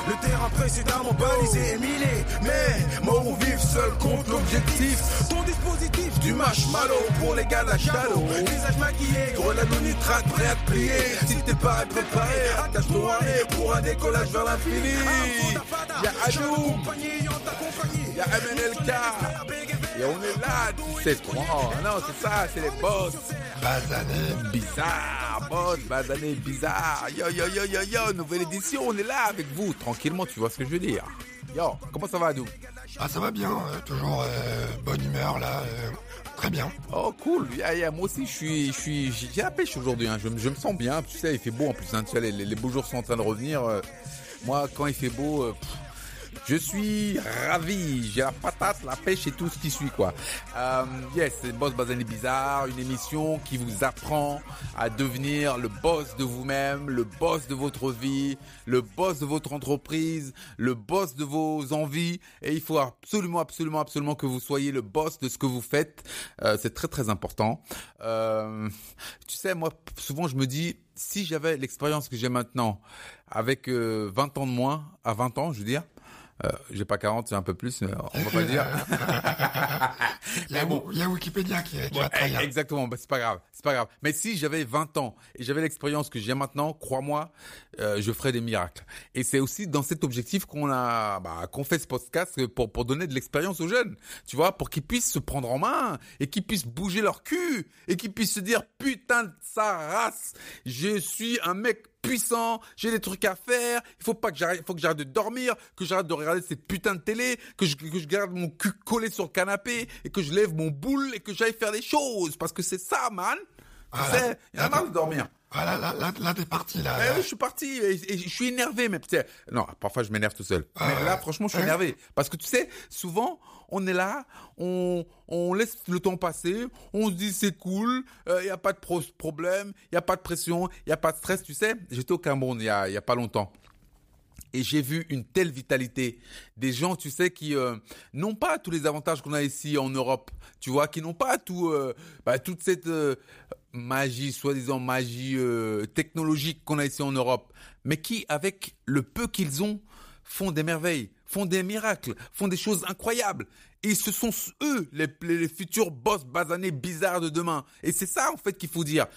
Le terrain précédemment balisé et miné. Mais mort ou vif, seul contre l'objectif. Ton dispositif du marshmallow pour les gars d'Achalo. Visage maquillé, grenade au nitrate, prêt à te plier. Si t'es pas préparé, attache-toi pour un décollage vers l'infini. Y'a Adou, y'a MNLK. Et on est là, tu sais trop. Non, c'est ça, c'est les boss. Basané bizarre, boss, Basané bizarre. Yo, yo, yo, yo, yo, nouvelle édition, on est là avec vous, tranquillement, tu vois ce que je veux dire. Yo, comment ça va, Adou? Ah, ça va bien, toujours bonne humeur, là, très bien. Oh, cool, moi aussi, j'ai la pêche aujourd'hui, hein. Je me sens bien, tu sais, il fait beau en plus, hein, tu sais, les beaux jours sont en train de revenir. Moi, quand il fait beau... je suis ravi, j'ai la patate, la pêche et tout ce qui suit quoi. Yes, c'est Boss Basané Bizarre, une émission qui vous apprend à devenir le boss de vous-même, le boss de votre vie, le boss de votre entreprise, le boss de vos envies. Et il faut absolument que vous soyez le boss de ce que vous faites. C'est très très important. Tu sais, moi souvent je me dis, si j'avais l'expérience que j'ai maintenant, avec 20 ans de moins, à 20 ans je veux dire, j'ai pas 40, c'est un peu plus, on va pas le dire. Il y a Wikipédia qui va très bien. Exactement, c'est pas grave. Mais si j'avais 20 ans et j'avais l'expérience que j'ai maintenant, crois-moi, je ferais des miracles. Et c'est aussi dans cet objectif qu'on fait ce podcast pour donner de l'expérience aux jeunes, tu vois, pour qu'ils puissent se prendre en main et qu'ils puissent bouger leur cul et qu'ils puissent se dire putain de sa race, je suis un mec puissant, j'ai des trucs à faire, faut que j'arrête de dormir, que j'arrête de regarder cette putain de télé, que je garde mon cul collé sur le canapé et que je lève mon boule et que j'aille faire des choses parce que c'est ça, man. Tu sais, il y en a marre de dormir. Ah, là, t'es parti, là. Oui, je suis parti et je suis énervé, mais putain, non, parfois je m'énerve tout seul. Mais là, franchement, je suis énervé. Parce que tu sais, souvent, on est là, on laisse le temps passer, on se dit c'est cool, y a pas de problème, y a pas de pression, y a pas de stress, tu sais. J'étais au Cameroun il y a pas longtemps. Et j'ai vu une telle vitalité. Des gens, tu sais, qui n'ont pas tous les avantages qu'on a ici en Europe. Tu vois, qui n'ont pas toute cette magie, soi-disant magie technologique qu'on a ici en Europe. Mais qui, avec le peu qu'ils ont, font des merveilles, font des miracles, font des choses incroyables. Et ce sont eux, les futurs boss basanés bizarres de demain. Et c'est ça, en fait, qu'il faut dire.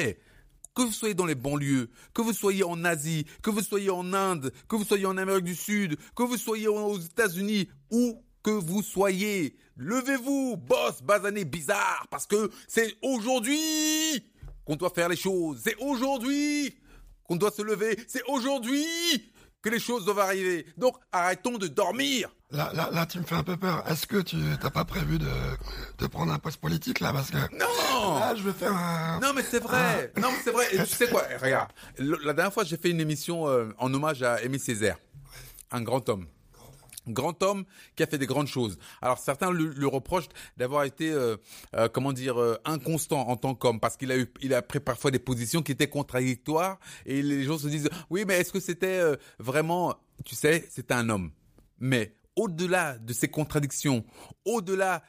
Que vous soyez dans les banlieues, que vous soyez en Asie, que vous soyez en Inde, que vous soyez en Amérique du Sud, que vous soyez aux États-Unis, où que vous soyez, levez-vous, boss basané bizarre, parce que c'est aujourd'hui qu'on doit faire les choses, c'est aujourd'hui qu'on doit se lever, c'est aujourd'hui que les choses doivent arriver. Donc arrêtons de dormir. Là, tu me fais un peu peur. Est-ce que tu t'as pas prévu de prendre un poste politique là, parce que non. Là, je vais faire un. Non mais c'est vrai. Non mais c'est vrai. Et tu sais quoi? Regarde, la dernière fois j'ai fait une émission en hommage à Aimé Césaire, un grand homme. Grand homme qui a fait des grandes choses. Alors certains le reprochent d'avoir été inconstant en tant qu'homme, parce qu'il a pris parfois des positions qui étaient contradictoires et les gens se disent oui, mais est-ce que c'était vraiment, tu sais, c'était un homme. Mais au-delà de ces contradictions, au-delà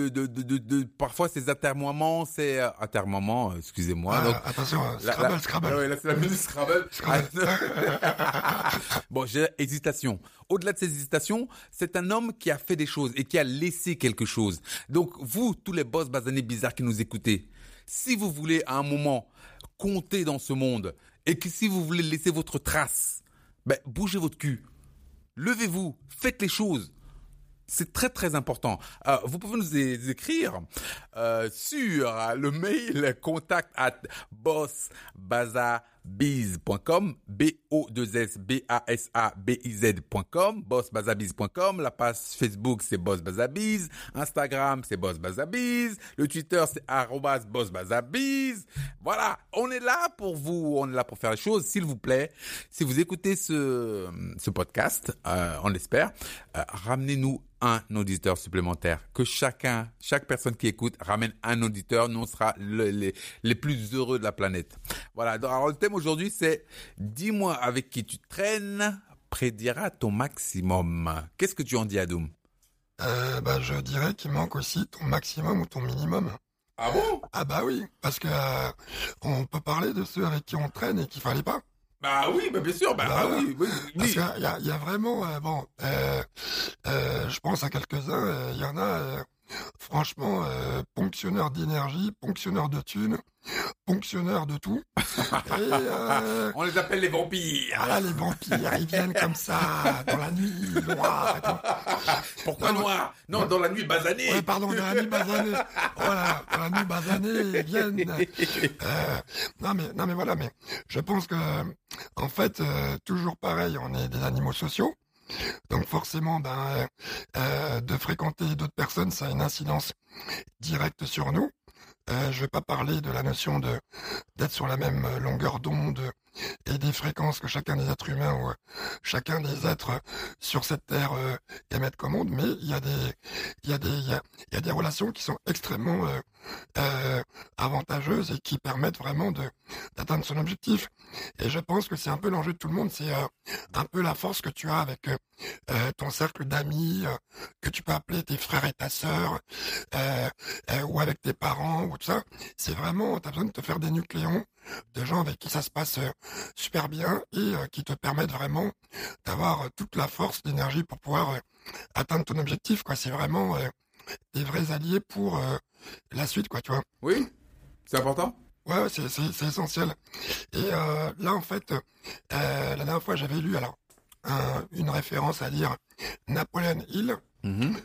de parfois ces atermoiements, excusez-moi. Donc, attention, Scrabble. Ouais, là c'est la minute Scrabble. Bon, j'ai hésitation. Au-delà de ces hésitations, c'est un homme qui a fait des choses et qui a laissé quelque chose. Donc vous, tous les boss basanés bizarres qui nous écoutez, si vous voulez à un moment compter dans ce monde et que si vous voulez laisser votre trace, bougez votre cul. Levez-vous, faites les choses. C'est très très important. Vous pouvez nous écrire sur le mail contact@bossbazabiz.com, bossbasabiz.com, bossbazabiz.com. La page Facebook c'est bossbazabiz, Instagram c'est bossbazabiz, le Twitter c'est @bossbazabiz. Voilà, on est là pour vous, on est là pour faire les choses. S'il vous plaît, si vous écoutez ce podcast, on l'espère, ramenez-nous un auditeur supplémentaire, que chaque personne qui écoute ramène un auditeur, nous on sera les plus heureux de la planète. Voilà, alors le thème aujourd'hui c'est dis-moi avec qui tu traînes, prédira ton maximum. Qu'est-ce que tu en dis, Adoum? Je dirais qu'il manque aussi ton maximum ou ton minimum. Ah bon? Ah bah oui, parce que on peut parler de ceux avec qui on traîne et qu'il fallait pas. Bah oui, bah bien sûr, bah Voilà. oui, oui, Parce oui. qu'il y a vraiment, je pense à quelques-uns, il y en a, franchement, ponctionneurs d'énergie, ponctionneurs de thunes, ponctionneurs de tout. Et On les appelle les vampires. voilà, les vampires, ils viennent comme ça, dans la nuit noire et tout. Pourquoi Non, noir? Non, dans la nuit basanée. Ouais, pardon, dans la nuit basanée. Voilà, dans la nuit basanée, ils viennent. Non mais voilà, mais je pense que, en fait, toujours pareil, on est des animaux sociaux. Donc forcément, de fréquenter d'autres personnes, ça a une incidence directe sur nous. Je vais pas parler de la notion de d'être sur la même longueur d'onde et des fréquences que chacun des êtres humains ou chacun des êtres sur cette terre émettent comme onde, mais il y a des relations qui sont extrêmement avantageuses et qui permettent vraiment d'atteindre son objectif. Et je pense que c'est un peu l'enjeu de tout le monde, c'est un peu la force que tu as avec ton cercle d'amis, que tu peux appeler tes frères et ta sœur, ou avec tes parents, ou tout ça. C'est vraiment, t'as besoin de te faire des nucléons de gens avec qui ça se passe super bien et qui te permettent vraiment d'avoir toute la force, l'énergie pour pouvoir atteindre ton objectif, quoi. C'est vraiment des vrais alliés pour la suite, quoi, tu vois. Oui, c'est important. Ouais, c'est essentiel. Et là, en fait, la dernière fois, j'avais lu alors une référence à lire Napoleon Hill. Mhm.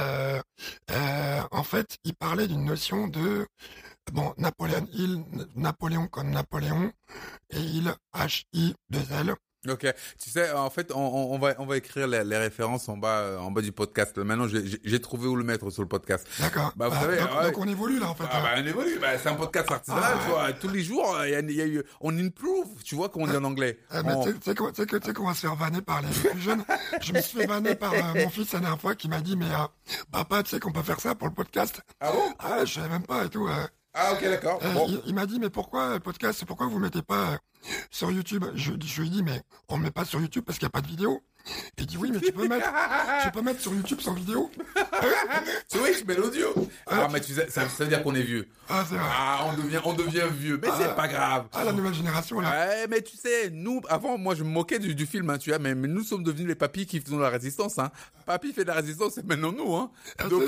En fait, il parlait d'une notion de Napoleon Hill, Napoléon comme Napoléon, et Hill H-I-2-L. Ok, tu sais, en fait, on va écrire les références en bas du podcast. Maintenant, j'ai trouvé où le mettre sur le podcast. D'accord. Bah, vous savez, donc on évolue là, en fait. Ah, bah, on évolue. Bah, c'est un podcast artisanal, tu vois. Tous les jours, il y a eu, on improve, tu vois, comme on dit en anglais. Mais tu sais qu'on va se faire vanner par les plus jeunes. Je me suis fait vanner par mon fils la dernière fois qui m'a dit, mais papa, tu sais qu'on peut faire ça pour le podcast? Ah bon? Ah, je savais même pas et tout. Ah, ok, d'accord. Bon. Il m'a dit, mais pourquoi le podcast, pourquoi vous mettez pas sur YouTube? Je lui ai dit, mais on ne met pas sur YouTube parce qu'il n'y a pas de vidéo. Il dit, oui, mais tu peux mettre sur YouTube sans vidéo. Oui, je mets l'audio. Ah, mais tu sais, ça veut dire qu'on est vieux. Ah, c'est vrai. Ah, on devient vieux. Mais c'est pas grave. Ah, la nouvelle génération, là. Ouais, mais tu sais, nous, avant, moi, je me moquais du film, hein, tu vois, mais nous sommes devenus les papis qui font la résistance, hein. Papy fait de la résistance, c'est maintenant nous, hein. Donc,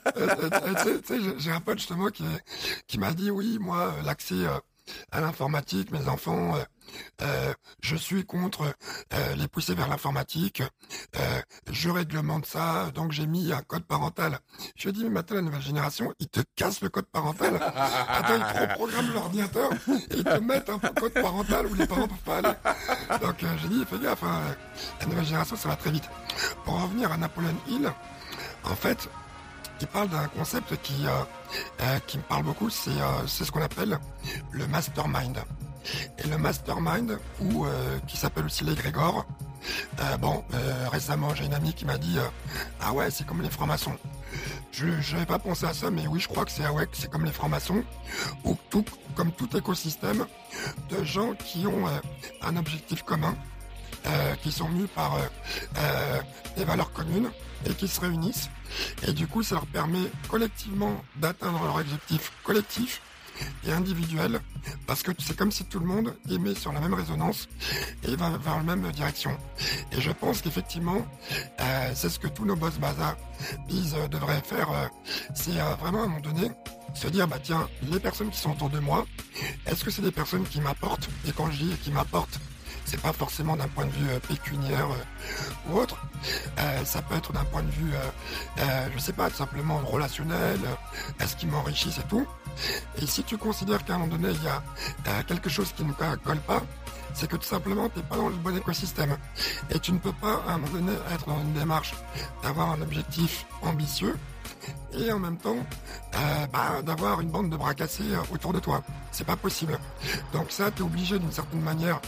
Tu sais, j'ai un pote, justement, qui m'a dit, oui, moi, l'accès à l'informatique, mes enfants, je suis contre les pousser vers l'informatique, je réglemente ça, donc j'ai mis un code parental. Je lui ai dit, mais maintenant la nouvelle génération, ils te cassent le code parental. Attends, ils te reprogramment l'ordinateur et ils te mettent un code parental où les parents peuvent pas aller. Donc j'ai dit, fais gaffe, hein, la nouvelle génération, ça va très vite. Pour revenir à Napoleon Hill, en fait, il parle d'un concept qui me parle beaucoup, c'est ce qu'on appelle le mastermind. Et le mastermind, ou qui s'appelle aussi l'égrégore, récemment j'ai une amie qui m'a dit ah ouais, c'est comme les francs-maçons. Je n'avais pas pensé à ça, mais oui, je crois que c'est comme les francs-maçons, ou comme tout écosystème de gens qui ont un objectif commun, qui sont mus par des valeurs communes et qui se réunissent. Et du coup, ça leur permet collectivement d'atteindre leur objectif collectif et individuel, parce que c'est comme si tout le monde émet sur la même résonance et va vers la même direction. Et je pense qu'effectivement, c'est ce que tous nos boss bazar devraient faire, c'est vraiment à un moment donné se dire, bah tiens, les personnes qui sont autour de moi, est-ce que c'est des personnes qui m'apportent? Et quand je dis qui m'apportent, c'est pas forcément d'un point de vue pécuniaire ou autre. Ça peut être d'un point de vue, je sais pas, tout simplement relationnel. Est-ce qu'ils m'enrichissent et tout. Et si tu considères qu'à un moment donné, il y a quelque chose qui ne colle pas, c'est que tout simplement, tu n'es pas dans le bon écosystème. Et tu ne peux pas, à un moment donné, être dans une démarche d'avoir un objectif ambitieux et en même temps d'avoir une bande de bras cassés autour de toi. C'est pas possible. Donc ça, tu es obligé d'une certaine manière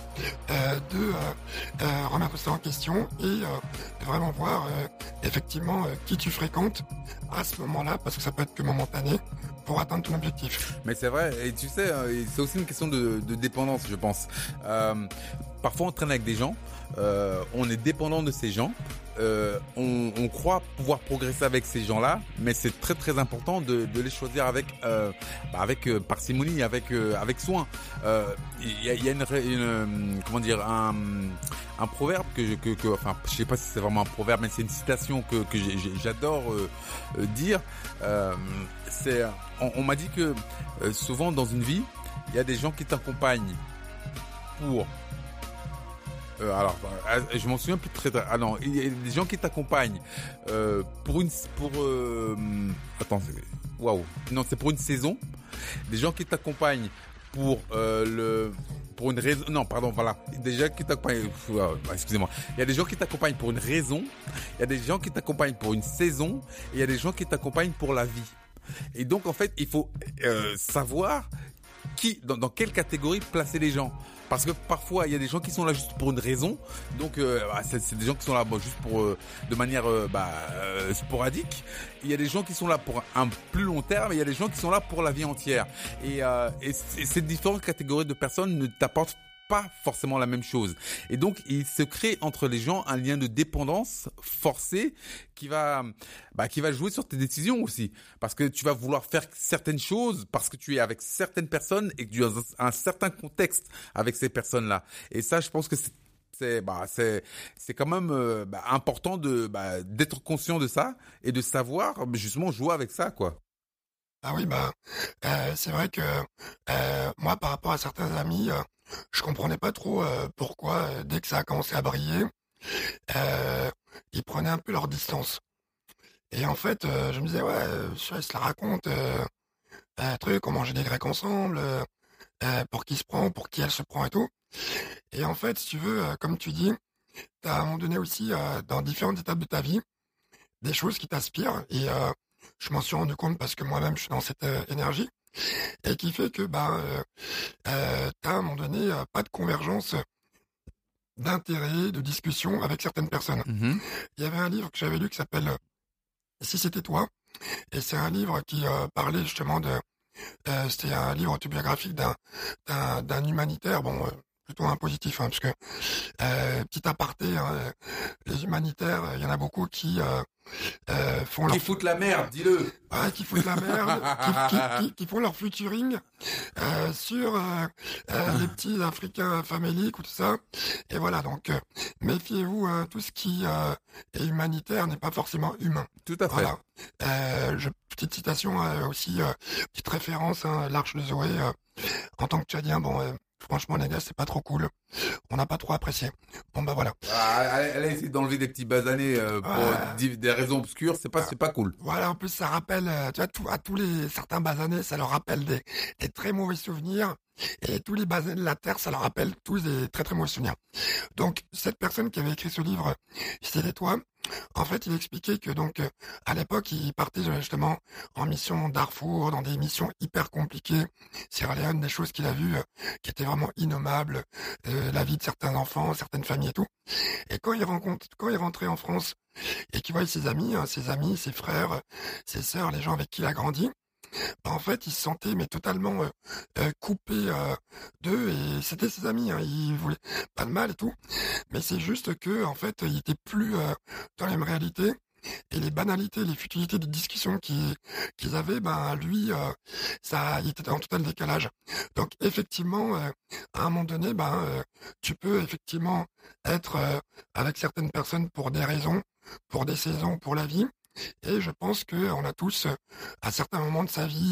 de remettre ça en question et de vraiment voir effectivement qui tu fréquentes à ce moment-là, parce que ça peut être que momentané pour atteindre ton objectif. Mais c'est vrai, et tu sais, c'est aussi une question de dépendance, je pense. Parfois, on traîne avec des gens, on est dépendant de ces gens, on croit pouvoir progresser avec ces gens-là, mais c'est très très important de les choisir avec parcimonie, avec soin. Il y a une comment dire, un proverbe enfin, je sais pas si c'est vraiment un proverbe, mais c'est une citation que j'adore dire. On m'a dit que souvent dans une vie, il y a des gens qui t'accompagnent pour je m'en souviens plus très. Ah non, il y a des gens qui t'accompagnent c'est pour une saison. Des gens qui t'accompagnent pour une raison. Non, pardon, voilà. Des gens qui t'accompagnent. Excusez-moi. Il y a des gens qui t'accompagnent pour une raison. Il y a des gens qui t'accompagnent pour une saison. Et il y a des gens qui t'accompagnent pour la vie. Et donc en fait, il faut savoir dans quelle catégorie placer les gens. Parce que parfois, il y a des gens qui sont là juste pour une raison. Donc, c'est des gens qui sont là juste pour de manière sporadique. Il y a des gens qui sont là pour un plus long terme. Et il y a des gens qui sont là pour la vie entière. Et ces différentes catégories de personnes ne t'apportent pas forcément la même chose. Et donc, il se crée entre les gens un lien de dépendance forcé qui va jouer sur tes décisions aussi. Parce que tu vas vouloir faire certaines choses parce que tu es avec certaines personnes et que tu as un certain contexte avec ces personnes-là. Et ça, je pense que c'est quand même important d'être conscient de ça et de savoir justement jouer avec ça, quoi. Ah oui, c'est vrai que moi, par rapport à certains amis, je comprenais pas trop pourquoi, dès que ça a commencé à briller, ils prenaient un peu leur distance. Et en fait, je me disais, ouais, je se la raconte, un truc, on mangeait des grecs ensemble, pour qui se prend, pour qui elle se prend et tout. Et en fait, si tu veux, comme tu dis, t'as à un moment donné aussi, dans différentes étapes de ta vie, des choses qui t'aspirent. Et je m'en suis rendu compte parce que moi-même, je suis dans cette énergie. Et qui fait que t'as à un moment donné pas de convergence d'intérêt, de discussion avec certaines personnes. Mm-hmm. Il y avait un livre que j'avais lu qui s'appelle Si c'était toi, et c'est un livre qui parlait justement c'était un livre autobiographique d'un humanitaire, plutôt un positif, parce que petit aparté, les humanitaires, il y en a beaucoup qui foutent la merde, dis-le. Ouais, qui foutent la merde, qui font leur futuring sur les petits Africains faméliques ou tout ça. Et voilà, donc méfiez-vous, tout ce qui est humanitaire n'est pas forcément humain. Tout à fait. Voilà. Petite citation aussi, petite référence, l'Arche de Zoé. En tant que Tchadien, franchement, les gars, c'est pas trop cool. On n'a pas trop apprécié. Voilà. Elle a essayé d'enlever des petits basanés pour des raisons obscures. C'est pas cool. Voilà, en plus, ça rappelle, tu vois, à tous certains basanés, ça leur rappelle des très mauvais souvenirs. Et tous les basanés de la Terre, ça leur rappelle tous des très très mauvais souvenirs. Donc, cette personne qui avait écrit ce livre, c'était toi. En fait, il expliquait que à l'époque, il partait justement en mission Darfour, dans des missions hyper compliquées. Sierra Leone, des choses qu'il a vues qui étaient vraiment innommables, la vie de certains enfants, certaines familles et tout. Et quand il rentrait en France et qu'il voyait ses amis, ses frères, ses sœurs, les gens avec qui il a grandi, en fait, il se sentait totalement coupé d'eux, et c'était ses amis, il voulait pas de mal et tout, mais c'est juste que en fait, il était plus dans la même réalité, et les banalités, les futilités de discussion qu'ils avaient, lui, il était en total décalage. Donc effectivement, à un moment donné, tu peux effectivement être avec certaines personnes pour des raisons, pour des saisons, pour la vie. Et je pense que on a tous, à certains moments de sa vie,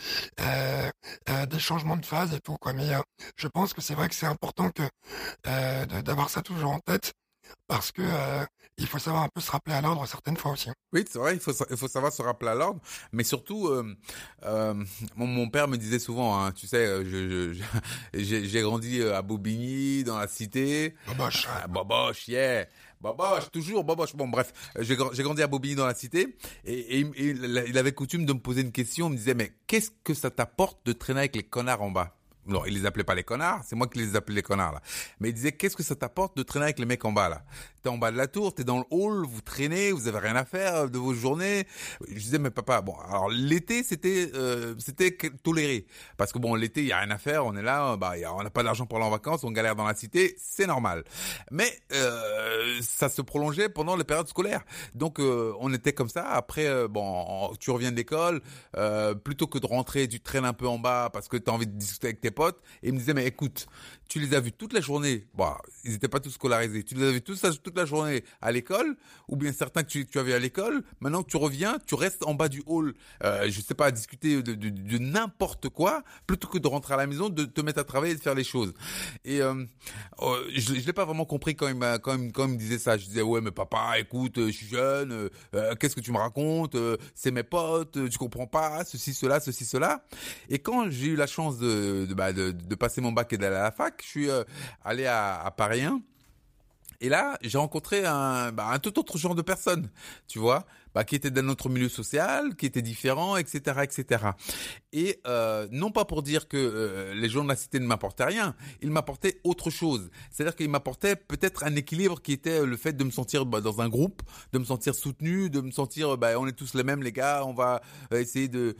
des changements de phase et tout, quoi. Mais je pense que c'est vrai que c'est important d'avoir ça toujours en tête, parce que il faut savoir un peu se rappeler à l'ordre certaines fois aussi. Oui, c'est vrai, il faut savoir se rappeler à l'ordre, mais surtout, mon père me disait souvent, tu sais, j'ai grandi à Bobigny, dans la cité. Boboche. Boboche, yeah. Boboche, toujours Boboche. Bon, bref, j'ai grandi à Bobigny dans la cité, et il avait coutume de me poser une question. Il me disait, mais qu'est-ce que ça t'apporte de traîner avec les connards en bas? non, il les appelait pas les connards, c'est moi qui les appelais les connards là. Mais il disait qu'est-ce que ça t'apporte de traîner avec les mecs en bas là? T'es en bas de la tour, t'es dans le hall, vous traînez, vous avez rien à faire de vos journées. Je disais mais papa, bon alors l'été c'était toléré parce que bon l'été il y a rien à faire, on est là, on n'a pas d'argent pour aller en vacances, on galère dans la cité, c'est normal. Mais ça se prolongeait pendant les périodes scolaires. Donc on était comme ça. Après tu reviens de l'école, plutôt que de rentrer, tu traînes un peu en bas parce que t'as envie de discuter avec tes potes. Et il me disait mais écoute, tu les as vus toute la journée. Bon, ils étaient pas tous scolarisés. Tu les as vus toute la journée à l'école, ou bien certains que tu avais à l'école. Maintenant que tu reviens, tu restes en bas du hall, je sais pas, à discuter de n'importe quoi, plutôt que de rentrer à la maison, de te mettre à travailler et de faire les choses. Et je l'ai pas vraiment compris quand il me disait ça. Je disais ouais mais papa, écoute, je suis jeune, qu'est-ce que tu me racontes, c'est mes potes, tu comprends pas, ceci, cela. Et quand j'ai eu la chance de passer mon bac et d'aller à la fac, je suis allé à Paris 1. Et là, j'ai rencontré un tout autre genre de personne, tu vois, qui était d'un autre milieu social, qui était différent, etc., etc. Et non pas pour dire que les gens de la cité ne m'apportaient rien, ils m'apportaient autre chose. C'est-à-dire qu'ils m'apportaient peut-être un équilibre qui était le fait de me sentir dans un groupe, de me sentir soutenu, de me sentir on est tous les mêmes les gars, on va essayer de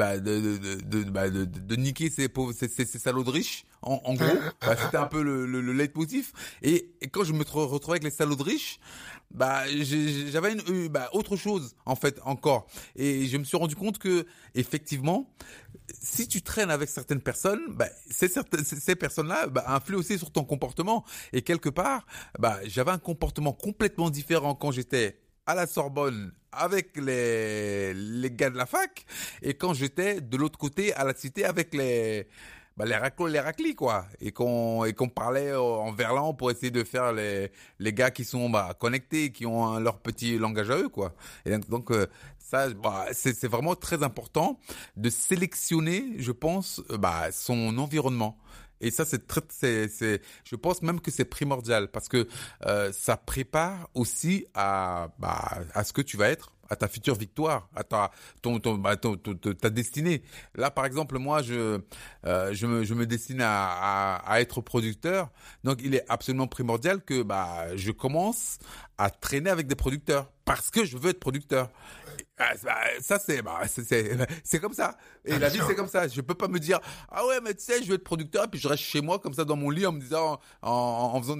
niquer ces salauds de riches. En gros, c'était un peu le leitmotiv. Et quand je me retrouvais avec les salauds de riches, j'avais autre chose en fait encore. Et je me suis rendu compte que effectivement, si tu traînes avec certaines personnes, ces personnes-là influent aussi sur ton comportement. Et quelque part, j'avais un comportement complètement différent quand j'étais à la Sorbonne avec les gars de la fac, et quand j'étais de l'autre côté à la cité avec les raclis quoi, et qu'on parlait en verlan pour essayer de faire les gars qui sont connectés, qui ont leur petit langage à eux quoi. Et donc ça c'est vraiment très important de sélectionner, je pense, son environnement. Et ça je pense même que c'est primordial parce que ça prépare aussi à ce que tu vas être, à ta future victoire, à ta destinée. Là, par exemple, moi, je me destine à être producteur. Donc, il est absolument primordial que je commence à traîner avec des producteurs parce que je veux être producteur. Ça c'est comme ça. Et la vie c'est comme ça. Je peux pas me dire ah ouais mais tu sais je veux être producteur puis je reste chez moi comme ça dans mon lit en me disant en faisant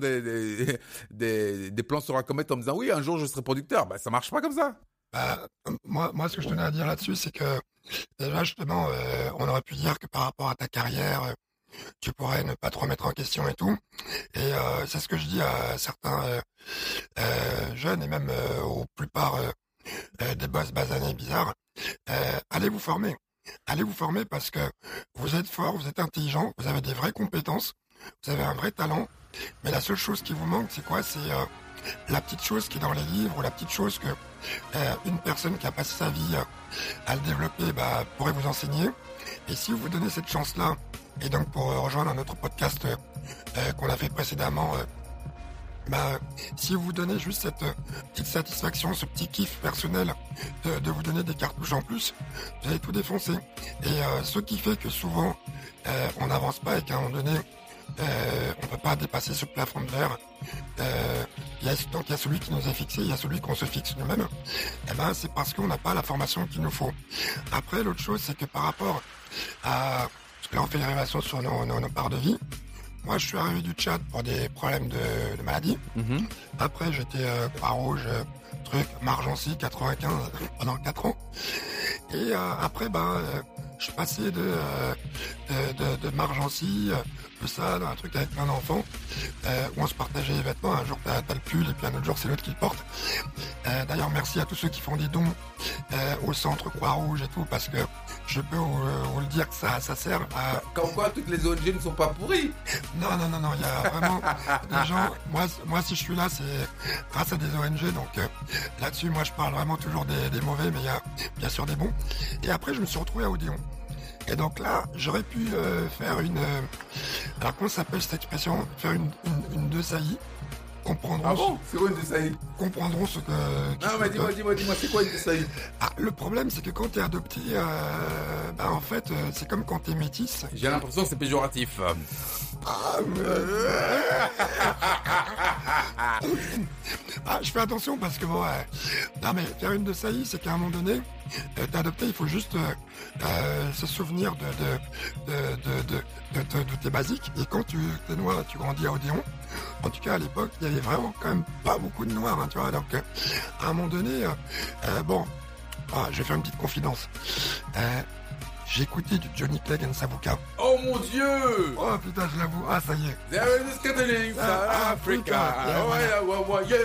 des plans sur la comète en me disant oui un jour je serai producteur. Ça marche pas comme ça. Moi, ce que je tenais à dire là-dessus, c'est que déjà, justement, on aurait pu dire que par rapport à ta carrière, tu pourrais ne pas te remettre en question et tout. Et c'est ce que je dis à certains jeunes et même aux plupart des boss basanés bizarres. Allez vous former. Allez vous former parce que vous êtes fort, vous êtes intelligent, vous avez des vraies compétences, vous avez un vrai talent. Mais la seule chose qui vous manque, c'est quoi? C'est la petite chose qui est dans les livres, ou la petite chose que une personne qui a passé sa vie à le développer pourrait vous enseigner. Et si vous vous donnez cette chance-là, et donc pour rejoindre un autre podcast qu'on a fait précédemment, si vous vous donnez juste cette petite satisfaction, ce petit kiff personnel de vous donner des cartouches en plus, vous allez tout défoncer. Et ce qui fait que souvent on n'avance pas et qu'à un moment donné on peut pas dépasser ce plafond de verre. Donc il y a celui qui nous est fixé, il y a celui qu'on se fixe nous-mêmes. C'est parce qu'on n'a pas la formation qu'il nous faut. Après, l'autre chose, c'est que par rapport à... Parce que là, on fait l'évaluation sur nos parts de vie. Moi, je suis arrivé du Tchad pour des problèmes de maladie. Mm-hmm. Après, j'étais Croix-Rouge, Margency, 95, pendant 4 ans. Et après, je suis passé de Margency, tout ça, dans un truc avec plein d'enfants, où on se partageait les vêtements. Un jour, t'as le pull, et puis un autre jour, c'est l'autre qui le porte. D'ailleurs, merci à tous ceux qui font des dons au centre Croix-Rouge et tout, parce que je peux vous le dire que ça sert à... Comme quoi, toutes les ONG ne sont pas pourries. Non, il y a vraiment des gens... Moi, si je suis là, c'est grâce à des ONG, donc là-dessus, moi, je parle vraiment toujours des mauvais, mais il y a bien sûr des bons. Et après, je me suis retrouvé à Odéon. Et donc là, j'aurais pu faire une... alors comment s'appelle cette expression? Faire une deux saillies. comprendront. Ah bon? C'est quoi une Desailly? Comprendront ce que. Non, mais dis-moi, c'est quoi une Desailly? Ah, le problème, c'est que quand t'es adopté, en fait, c'est comme quand t'es métisse. J'ai l'impression que c'est péjoratif. Je fais attention parce que bon, non mais faire une Desailly, c'est qu'à un moment donné, t'es adopté, il faut juste se souvenir de tes basiques. Et quand tu es noir, tu grandis à Odéon. En tout cas, à l'époque, il y avait vraiment quand même pas beaucoup de noirs, hein, tu vois. Donc, à un moment donné, je vais faire une petite confidence. J'ai écouté du Johnny Clegg and Savuka. Oh mon Dieu! Oh putain, je l'avoue. Ah, ça y est. There is a scattering South Africa. Oh yeah, oh yeah.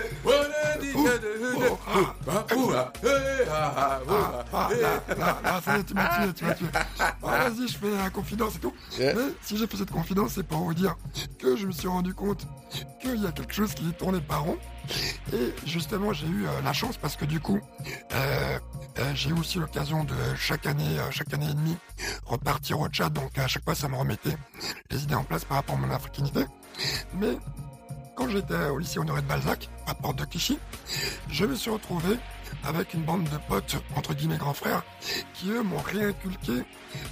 Là, ça y est, tu m'as tué. Vas-y, je fais la confidence et tout. Mais si j'ai fait cette confidence, c'est pour vous dire que je me suis rendu compte qu'il y a quelque chose qui tournait pas rond. Et justement, j'ai eu la chance parce que du coup, j'ai eu aussi l'occasion de chaque année et demie repartir au Tchad. Donc à chaque fois, ça me remettait les idées en place par rapport à mon africanité. Mais quand j'étais au lycée Honoré de Balzac, à Porte de Clichy, je me suis retrouvé avec une bande de potes, entre guillemets grands frères, qui eux m'ont réinculqué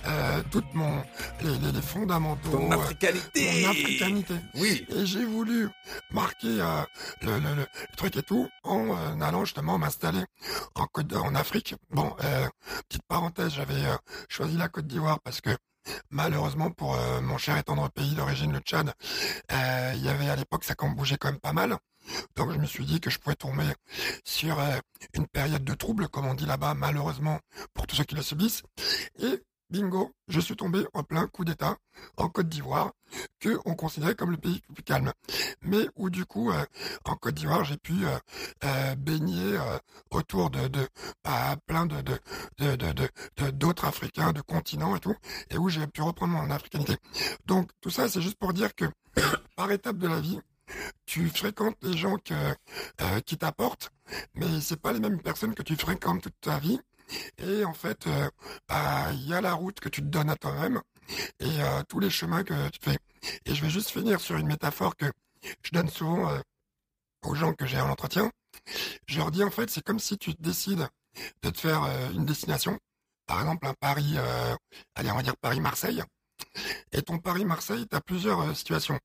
les fondamentaux. Ton africanité. Mon africanité. Oui. Et j'ai voulu marquer le truc et tout en allant justement m'installer en Afrique. Bon, petite parenthèse, j'avais choisi la Côte d'Ivoire parce que malheureusement pour mon cher et tendre pays d'origine, le Tchad, il y avait à l'époque ça bougeait quand même pas mal. Donc je me suis dit que je pouvais tomber sur une période de trouble, comme on dit là-bas, malheureusement pour tous ceux qui le subissent. Et bingo, je suis tombé en plein coup d'État en Côte d'Ivoire, que on considérait comme le pays le plus calme. Mais où du coup, en Côte d'Ivoire, j'ai pu baigner autour de plein d'autres Africains, de continents et tout, et où j'ai pu reprendre mon africanité. Donc tout ça, c'est juste pour dire que par étape de la vie, tu fréquentes les gens qui t'apportent, mais c'est pas les mêmes personnes que tu fréquentes toute ta vie. Et en fait, il y a la route que tu te donnes à toi-même et tous les chemins que tu fais. Et je vais juste finir sur une métaphore que je donne souvent aux gens que j'ai en entretien. Je leur dis en fait, c'est comme si tu décides de te faire une destination, par exemple un Paris, on va dire Paris-Marseille. Et ton Paris-Marseille, tu as plusieurs situations.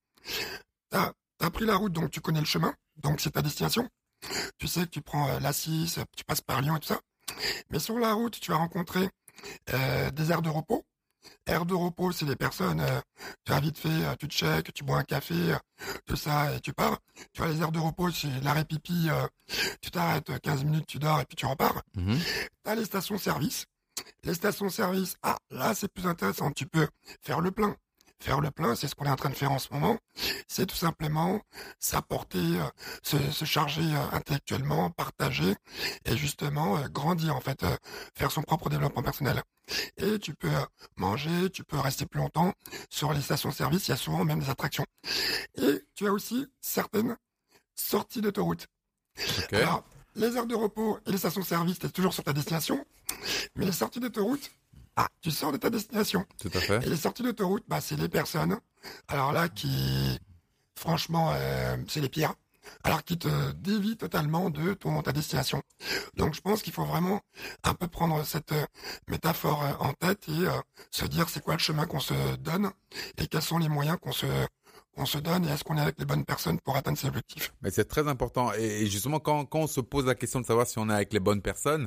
T'as pris la route, donc tu connais le chemin, donc c'est ta destination. Tu sais que tu prends l'A6, tu passes par Lyon et tout ça. Mais sur la route, tu vas rencontrer des aires de repos. Aires de repos, c'est les personnes, tu as vite fait, tu te checkes, tu bois un café, tout ça, et tu pars. Tu vois, les aires de repos, c'est l'arrêt pipi, tu t'arrêtes 15 minutes, tu dors, et puis tu repars. Mm-hmm. T'as les stations-service. Les stations-service, là, c'est plus intéressant. Tu peux faire le plein. Faire le plein, c'est ce qu'on est en train de faire en ce moment. C'est tout simplement s'apporter, se charger intellectuellement, partager et justement grandir en fait, faire son propre développement personnel. Et tu peux manger, tu peux rester plus longtemps. Sur les stations-service, il y a souvent même des attractions. Et tu as aussi certaines sorties d'autoroute. Okay. Alors, les aires de repos et les stations-service, tu es toujours sur ta destination. Mais les sorties d'autoroute, tu sors de ta destination. Tout à fait. Et les sorties d'autoroute, c'est les personnes, alors là, qui, franchement, c'est les pires. Alors qui te dévient totalement de ta destination. Donc je pense qu'il faut vraiment un peu prendre cette métaphore en tête et se dire c'est quoi le chemin qu'on se donne et quels sont les moyens qu'on se donne et est-ce qu'on est avec les bonnes personnes pour atteindre ses objectifs. Mais c'est très important et justement quand on se pose la question de savoir si on est avec les bonnes personnes,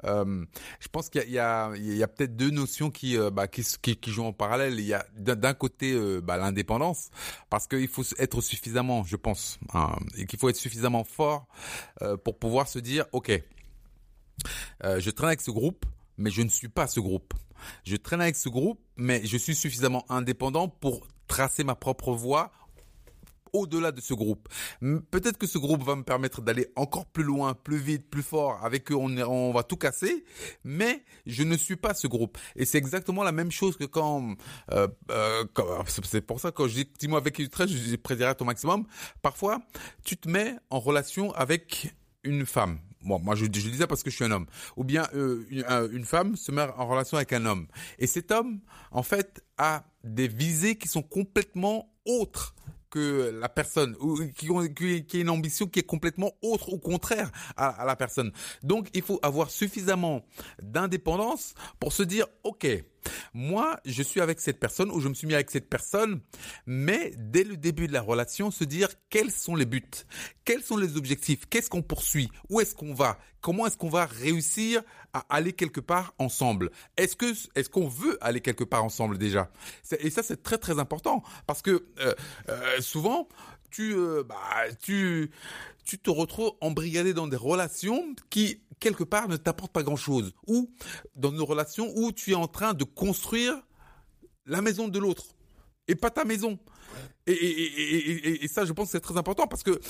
je pense qu'il y a peut-être deux notions qui jouent en parallèle. Il y a d'un côté l'indépendance parce qu'il faut être suffisamment, je pense, et qu'il faut être suffisamment fort pour pouvoir se dire ok, je traîne avec ce groupe, mais je ne suis pas ce groupe. Je traîne avec ce groupe, mais je suis suffisamment indépendant pour tracer ma propre voie au-delà de ce groupe. Peut-être que ce groupe va me permettre d'aller encore plus loin, plus vite, plus fort. Avec eux, on va tout casser, mais je ne suis pas ce groupe. Et c'est exactement la même chose que quand c'est pour ça que je dis, dis-moi avec qui tu traînes, je dis prédire au maximum. Parfois, tu te mets en relation avec une femme. Bon, moi je dis ça parce que je suis un homme. Ou bien une femme se met en relation avec un homme. Et cet homme, en fait, a des visées qui sont complètement autres que la personne, ou qui a une ambition qui est complètement autre ou contraire à la personne. Donc, il faut avoir suffisamment d'indépendance pour se dire, ok, moi, je suis avec cette personne ou je me suis mis avec cette personne, mais dès le début de la relation, se dire quels sont les buts, quels sont les objectifs, qu'est-ce qu'on poursuit, où est-ce qu'on va, comment est-ce qu'on va réussir à aller quelque part ensemble. Est-ce qu'on veut aller quelque part ensemble déjà? Et ça, c'est très très important parce que souvent, tu te retrouves embrigadé dans des relations qui, quelque part, ne t'apportent pas grand-chose. Ou dans une relation où tu es en train de construire la maison de l'autre et pas ta maison. Et ça, je pense que c'est très important parce que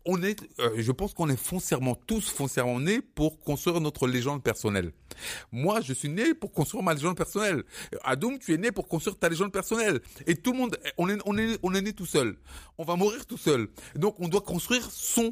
je pense qu'on est tous foncièrement nés pour construire notre légende personnelle. Moi, je suis né pour construire ma légende personnelle. Adoum, tu es né pour construire ta légende personnelle. Et tout le monde, on est né tout seul. On va mourir tout seul. Donc, on doit construire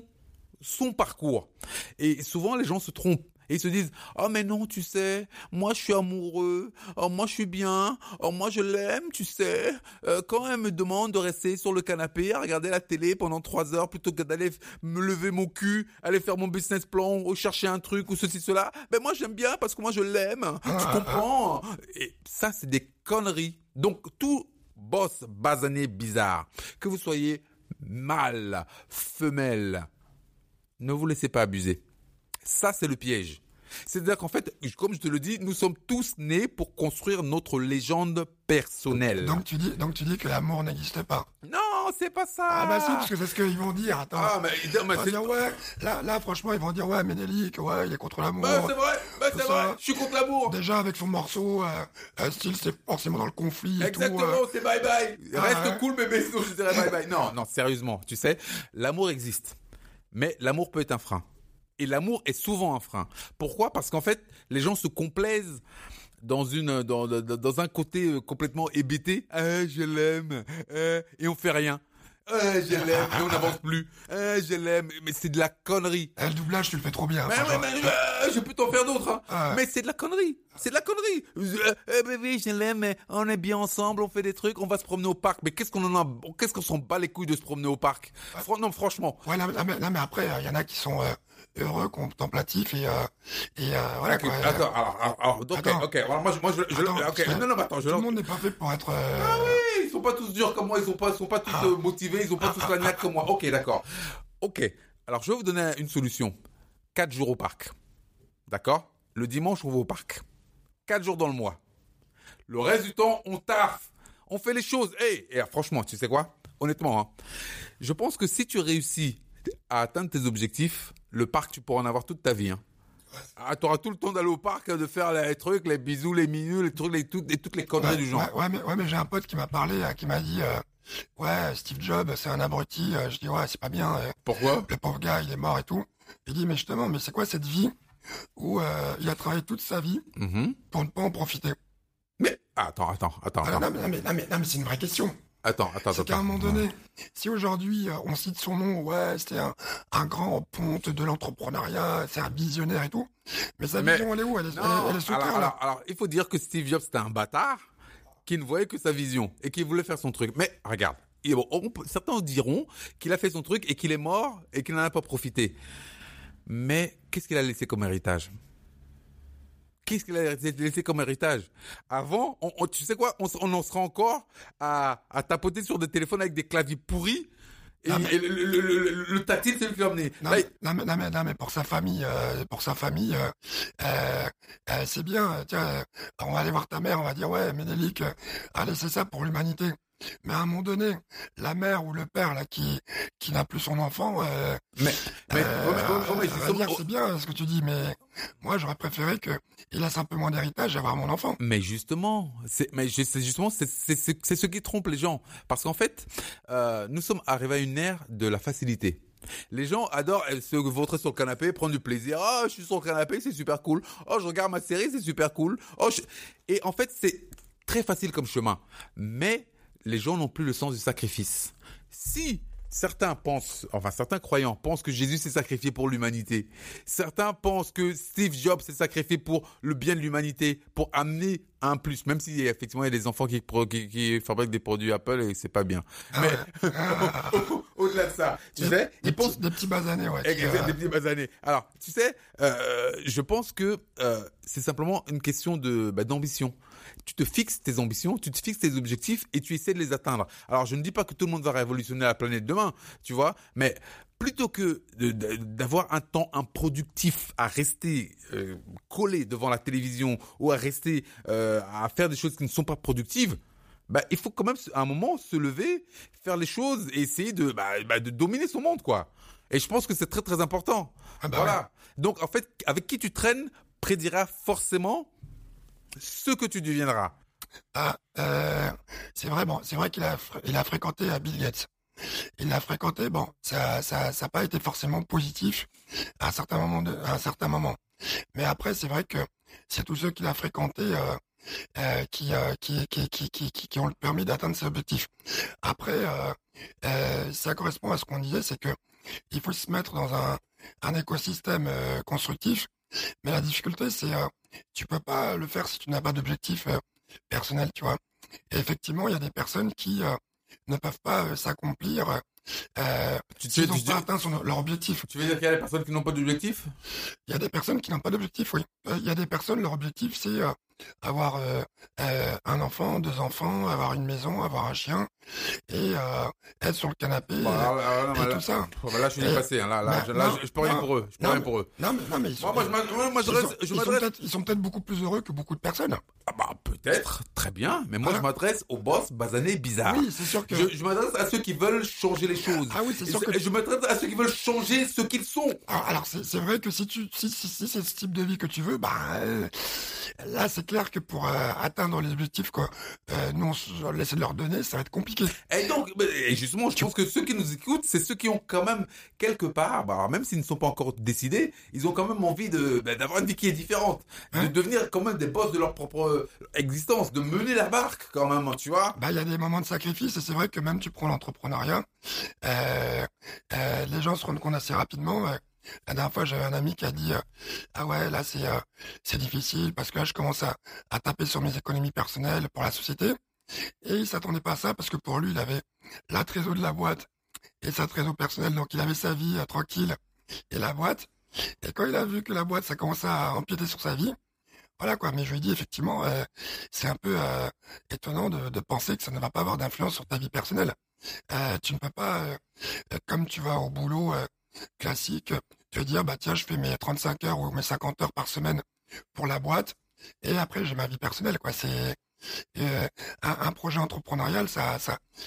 son parcours. Et souvent, les gens se trompent. Et ils se disent, oh mais non, tu sais, moi je suis amoureux, oh moi je suis bien, oh moi je l'aime, tu sais. Quand elle me demande de rester sur le canapé à regarder la télé pendant 3 heures plutôt que d'aller me lever mon cul, aller faire mon business plan ou chercher un truc ou ceci, cela, ben moi j'aime bien parce que moi je l'aime, tu comprends? Et ça c'est des conneries. Donc tout boss basané bizarre, que vous soyez mâle, femelle, ne vous laissez pas abuser. Ça, c'est le piège. C'est-à-dire qu'en fait, comme je te le dis, nous sommes tous nés pour construire notre légende personnelle. Donc tu dis que l'amour n'existe pas. Non, c'est pas ça. Ah bah si, parce que c'est ce qu'ils vont dire. Attends. Ah mais ils vont dire ouais. Là, franchement, ils vont dire ouais, Ménélique, ouais, il est contre l'amour. C'est vrai. Je suis contre l'amour. Déjà avec son morceau, style, c'est forcément dans le conflit. Exactement, et tout, c'est bye bye. Reste cool, bébé, sinon je dirais bye bye. Non, sérieusement, tu sais, l'amour existe, mais l'amour peut être un frein. Et l'amour est souvent un frein. Pourquoi? Parce qu'en fait, les gens se complaisent dans un côté complètement hébété. Je l'aime. Et on fait rien. Je l'aime. Et on n'avance plus. Je l'aime. Mais c'est de la connerie. Le doublage, tu le fais trop bien. Je peux t'en faire d'autres. Hein. Mais c'est de la connerie. C'est de la connerie. Bébé, je l'aime, mais on est bien ensemble, on fait des trucs, on va se promener au parc. Mais qu'est-ce qu'on s'en bat les couilles de se promener au parc? Non, franchement. Ouais, mais après, il y en a qui sont heureux, contemplatifs et voilà. Okay, attends, alors, ok. Alors, moi, tout le monde n'est pas fait pour être. Ah oui, ils sont pas tous durs comme moi, ils sont pas tous motivés, ils ont pas tous la niaque comme moi. Ok, d'accord. Ok. Alors, je vais vous donner une solution. 4 jours au parc. D'accord? Le dimanche, on va au parc. 4 jours dans le mois. Le reste du temps, on taffe. On fait les choses. Et franchement, tu sais quoi? Honnêtement, hein, je pense que si tu réussis à atteindre tes objectifs, le parc, tu pourras en avoir toute ta vie. Hein. Tu auras tout le temps d'aller au parc, de faire les trucs, les bisous, les minus, les trucs, toutes les conneries du genre. Ouais, mais j'ai un pote qui m'a parlé, qui m'a dit, ouais, Steve Jobs, c'est un abruti. Je dis, ouais, c'est pas bien. Pourquoi? Le pauvre gars, il est mort et tout. Il dit, mais justement, mais c'est quoi cette vie où il a travaillé toute sa vie pour ne pas en profiter? Mais attends. Non, mais c'est une vraie question. Attends. C'est qu'à un moment donné, si aujourd'hui on cite son nom, ouais, c'était un grand ponte de l'entrepreneuriat, c'est un visionnaire et tout, mais sa vision, elle est où? Elle est sous terre, là. Alors, il faut dire que Steve Jobs, c'était un bâtard qui ne voyait que sa vision et qui voulait faire son truc. Mais regarde, certains diront qu'il a fait son truc et qu'il est mort et qu'il n'en a pas profité. Mais qu'est-ce qu'il a laissé comme héritage? Qu'est-ce qu'il a laissé comme héritage? Avant, tu sais quoi? On en sera encore à tapoter sur des téléphones avec des claviers pourris. Et le tactile, c'est le fait amener. Non, mais pour sa famille, c'est bien. Tiens, on va aller voir ta mère, on va dire, ouais, Ménélique a laissé ça pour l'humanité. Mais à un moment donné, la mère ou le père là qui n'a plus son enfant, c'est bien ce que tu dis, mais moi j'aurais préféré que il laisse un peu moins d'héritage et avoir mon enfant. Mais justement, c'est ce qui trompe les gens, parce qu'en fait, nous sommes arrivés à une ère de la facilité. Les gens adorent se vautrer sur le canapé, prendre du plaisir. Oh, je suis sur le canapé, c'est super cool. Oh, je regarde ma série, c'est super cool. Et en fait, c'est très facile comme chemin, mais les gens n'ont plus le sens du sacrifice. Si certains croyants pensent que Jésus s'est sacrifié pour l'humanité. Certains pensent que Steve Jobs s'est sacrifié pour le bien de l'humanité, pour amener un plus, même si effectivement il y a des enfants qui fabriquent des produits Apple et c'est pas bien. Mais au-delà de ça, tu sais, des petits basanés, ouais. Des petits basanés. Alors, tu sais, je pense que c'est simplement une question d'ambition. Tu te fixes tes ambitions, tu te fixes tes objectifs et tu essaies de les atteindre. Alors, je ne dis pas que tout le monde va révolutionner la planète demain, tu vois, mais plutôt que d'avoir un temps improductif à rester collé devant la télévision ou à rester à faire des choses qui ne sont pas productives, il faut quand même à un moment se lever, faire les choses et essayer de dominer son monde, quoi. Et je pense que c'est très très important. Voilà. Ouais. Donc en fait, avec qui tu traînes prédira forcément ce que tu deviendras. C'est vrai qu'il a fréquenté Bill Gates. Il l'a fréquenté, ça a pas été forcément positif à un certain moment. Mais après, c'est vrai que c'est tous ceux qu'il a fréquentés qui ont le permis d'atteindre ses objectifs. Après, ça correspond à ce qu'on disait, c'est que il faut se mettre dans un écosystème constructif. Mais la difficulté, c'est tu peux pas le faire si tu n'as pas d'objectif personnel, tu vois. Et effectivement, il y a des personnes qui ne peuvent pas s'accomplir s'ils n'ont pas atteint leur objectif. Tu veux dire qu'il y a des personnes qui n'ont pas d'objectif? Il y a des personnes qui n'ont pas d'objectif, oui. Il y a des personnes, leur objectif, c'est avoir un enfant, 2 enfants, avoir une maison, avoir un chien et être sur le canapé et tout ça. Là, je suis dépassé. Je peux rien pour eux. Je peux rien pour eux. Non, mais ils sont peut-être beaucoup plus heureux que beaucoup de personnes. Peut-être, très bien. Mais moi, je m'adresse aux boss basanés bizarres. Oui, c'est sûr que... Je m'adresse à ceux qui veulent changer les choses. Ah oui, c'est sûr que... Je m'adresse à ceux qui veulent changer ce qu'ils sont. Alors c'est vrai que si c'est ce type de vie que tu veux, là, c'est clair que pour atteindre les objectifs que nous, on essaie de leur donner, ça va être compliqué. Et donc, justement, je pense que ceux qui nous écoutent, c'est ceux qui ont quand même, quelque part, même s'ils ne sont pas encore décidés, ils ont quand même envie d'avoir une vie qui est différente. De devenir quand même des boss de leur propre existence, de mener la barque quand même, tu vois. Il y a des moments de sacrifice et c'est vrai que même tu prends l'entrepreneuriat, les gens se rendent compte assez rapidement. La dernière fois, j'avais un ami qui a dit ah ouais, là c'est difficile parce que là je commence à taper sur mes économies personnelles pour la société. Et il s'attendait pas à ça parce que pour lui, il avait la trésor de la boîte et sa trésor personnelle, donc il avait sa vie tranquille et la boîte. Et quand il a vu que la boîte ça commençait à empiéter sur sa vie, voilà quoi. Mais je lui ai dit effectivement, c'est un peu étonnant de penser que ça ne va pas avoir d'influence sur ta vie personnelle. Tu ne peux pas, comme tu vas au boulot classique, te dire tiens, je fais mes 35 heures ou mes 50 heures par semaine pour la boîte et après j'ai ma vie personnelle, quoi. C'est un projet entrepreneurial, ça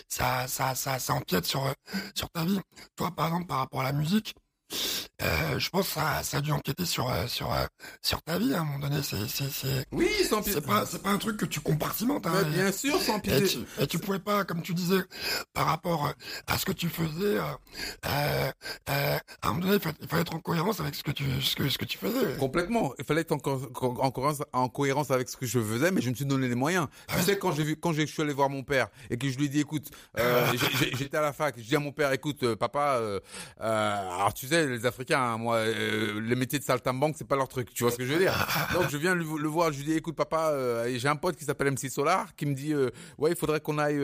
empiète sur ta vie. Toi, par exemple, par rapport à la musique, je pense que ça a dû empiéter sur ta vie à un moment donné. Oui, c'est pas un truc que tu compartimentes. Hein, bien sûr, sans empiéter. Et tu pouvais pas, comme tu disais, par rapport à ce que tu faisais, à un moment donné, il fallait être en cohérence avec ce que tu faisais. Complètement. Il fallait être en cohérence avec ce que je faisais, mais je me suis donné les moyens. Tu sais, quand je suis allé voir mon père et que je lui ai dit, écoute, j'étais à la fac, je dis à mon père, écoute, papa, alors tu sais, les Africains, hein, moi, les métiers de saltimbanque, c'est pas leur truc. Tu vois ce que je veux dire? Donc je viens le voir, je lui dis, écoute papa, j'ai un pote qui s'appelle MC Solar qui me dit, ouais, il faudrait qu'on aille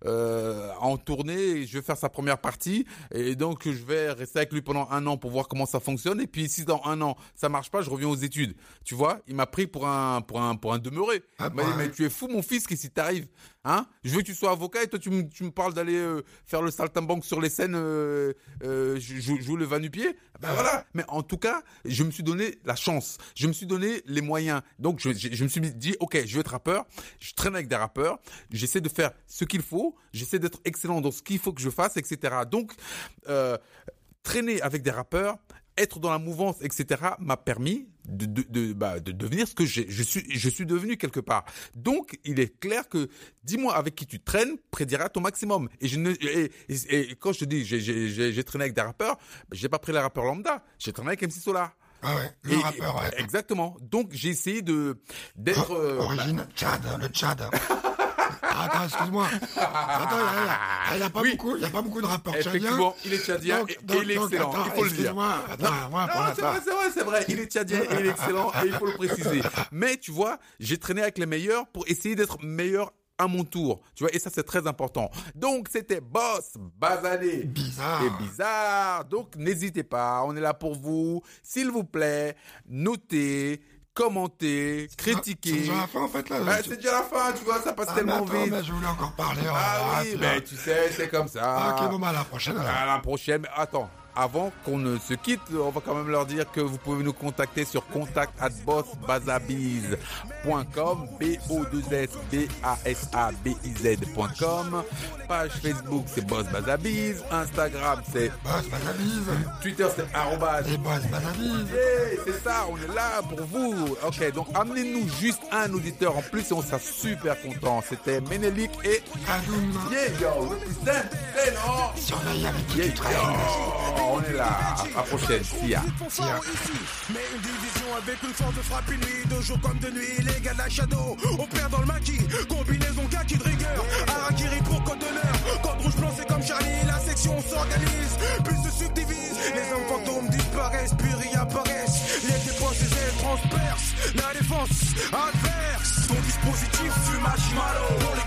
en tournée. Et je vais faire sa première partie et donc je vais rester avec lui pendant 1 an pour voir comment ça fonctionne. Et puis si dans 1 an ça marche pas, je reviens aux études. Tu vois? Il m'a pris pour un demeuré. Il m'a dit, mais tu es fou mon fils, qu'est-ce qui t'arrive? Hein? Je veux que tu sois avocat et toi tu me parles d'aller faire le saltimbanque sur les scènes, jouer le va-nu-pied. Voilà. Mais en tout cas, je me suis donné la chance. Je me suis donné les moyens. Donc je me suis dit, ok, je veux être rappeur. Je traîne avec des rappeurs. J'essaie de faire ce qu'il faut. J'essaie d'être excellent dans ce qu'il faut que je fasse, etc. Donc traîner avec des rappeurs, être dans la mouvance, etc. m'a permis de devenir ce que je suis devenu quelque part. Donc, il est clair que dis-moi avec qui tu traînes prédira ton maximum. Et quand je te dis j'ai traîné avec des rappeurs, j'ai pas pris les rappeurs lambda, j'ai traîné avec MC Solar. Ah ouais, le rappeur, ouais. Exactement. Donc, j'ai essayé d'être... Origine Tchad, le Tchad. Attends, excuse-moi. Attends, il n'y a pas beaucoup, il y a pas beaucoup de rapports tchadiens. Effectivement, il est tchadien et il est excellent. Attends, il faut le dire. C'est vrai. Il est tchadien et il est excellent et il faut le préciser. Mais tu vois, j'ai traîné avec les meilleurs pour essayer d'être meilleur à mon tour, tu vois, et ça c'est très important. Donc c'était Boss Basané Bizarre. et bizarre. Donc n'hésitez pas, on est là pour vous. S'il vous plaît, notez, commentez, critiquez. C'est déjà la fin en fait là. C'est déjà la fin, tu vois, ça passe tellement vite. Mais je voulais encore parler. Oui, mais tu sais, c'est comme ça. Ok, bon, à la prochaine. À la prochaine. Mais attends, avant qu'on ne se quitte, on va quand même leur dire que vous pouvez nous contacter sur contact@bossbazabiz.com, BO2SBASABIZ.com. Page Facebook, c'est Boss Bazabiz. Instagram, c'est Boss Bazabiz. Twitter, c'est Et Boss Bazabiz. c'est ça, on est là pour vous. Ok, donc amenez-nous juste un auditeur en plus et on sera super content. C'était Ménélique et Adoum. Yeah, yo, represent, non. Surveille avec qui Yeah, tu traînes. yo, on est là. À la prochaine. See ya. Mais une division avec une force de frappe nuit, de jour comme de nuit, les gars de la shadow, on perd dans le maquis, combinaison kaki de rigueur, Harakiri pour code d'honneur, code rouge blanc c'est comme Charlie, la section s'organise, puis se subdivise, les hommes fantômes disparaissent, puis réapparaissent, les dépenses et ailes transpercent, la défense adverse, ton dispositif fumage malo, pour les